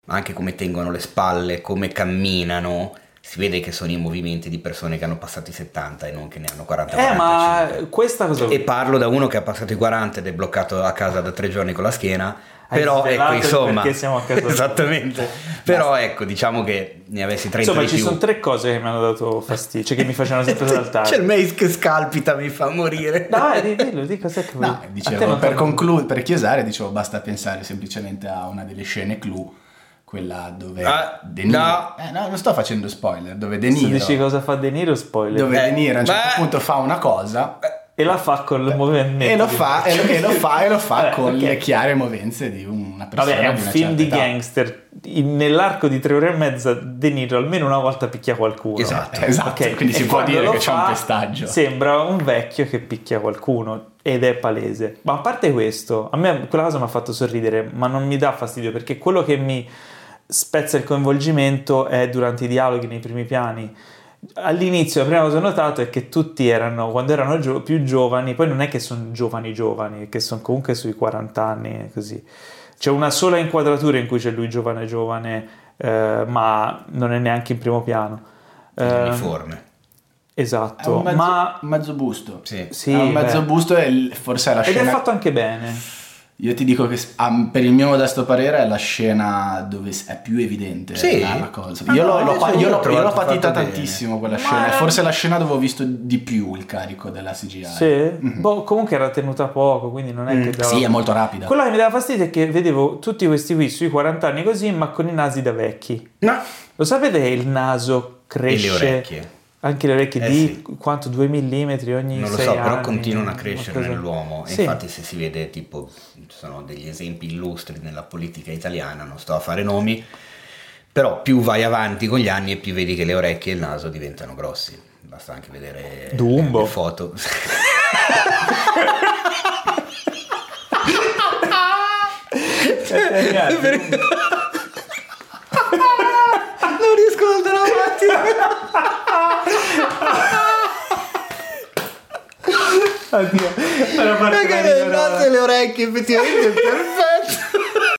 anche come tengono le spalle, come camminano, si vede che sono i movimenti di persone che hanno passato i 70 e non che ne hanno 40. Ma questa cosa... E parlo da uno che ha passato i 40 ed è bloccato a casa da 3 giorni con la schiena. Però ecco, insomma, perché siamo a casa esattamente. Però ecco, diciamo che ne avessi 30 insomma, di più. ci sono 3 cose che mi hanno dato fastidio, cioè che mi facevano sempre saltare. C'è il Mace che scalpita, mi fa morire. Dai, dillo, di cos'è che vuoi? No, dicevo, per chiusare, dicevo, basta pensare semplicemente a una delle scene clou, quella dove De Niro... No, non sto facendo spoiler, dove De Niro... Se dici cosa fa De Niro, spoiler. Dove De Niro a un certo punto fa una cosa... E la fa con il movimento. E lo fa con le chiare movenze di una persona. Vabbè, è un di una film di certa età. gangster. Nell'arco di 3 ore e mezza De Niro almeno una volta picchia qualcuno. Esatto. Okay. Quindi si E può quando dire lo che c'è un fa, pestaggio. Sembra un vecchio che picchia qualcuno ed è palese. Ma a parte questo, a me quella cosa mi ha fatto sorridere, ma non mi dà fastidio, perché quello che mi spezza il coinvolgimento è durante i dialoghi nei primi piani. All'inizio la prima cosa che ho notato è che tutti erano, quando erano più giovani, poi non è che sono giovani, che sono comunque sui 40 anni, così. C'è una sola inquadratura in cui c'è lui giovane, ma non è neanche in primo piano. Uniforme. Esatto, È ma un mezzo busto. Sì. sì, È un mezzo busto e forse è la scena... Ed è fatto anche bene. Io ti dico che per il mio modesto parere è la scena dove è più evidente la cosa. Io l'ho patita tantissimo quella scena. È forse la scena dove ho visto di più il carico della CGI. Sì? Mm-hmm. Comunque era tenuta poco, quindi non è che dava... Sì, è molto rapida. Quello che mi dava fastidio è che vedevo tutti questi qui sui 40 anni così, ma con i nasi da vecchi. No. Lo sapete che il naso cresce? E le orecchie. Anche le orecchie sì. Quanto? 2 millimetri ogni 6 anni? Non lo so, però continuano a crescere nell'uomo. Sì. Infatti se si vede, tipo, ci sono degli esempi illustri nella politica italiana, non sto a fare nomi, però più vai avanti con gli anni e più vedi che le orecchie e il naso diventano grossi. Basta anche vedere Dumbo. le foto. Non riesco ad andare avanti. Oddio, Perché il naso e le orecchie effettivamente è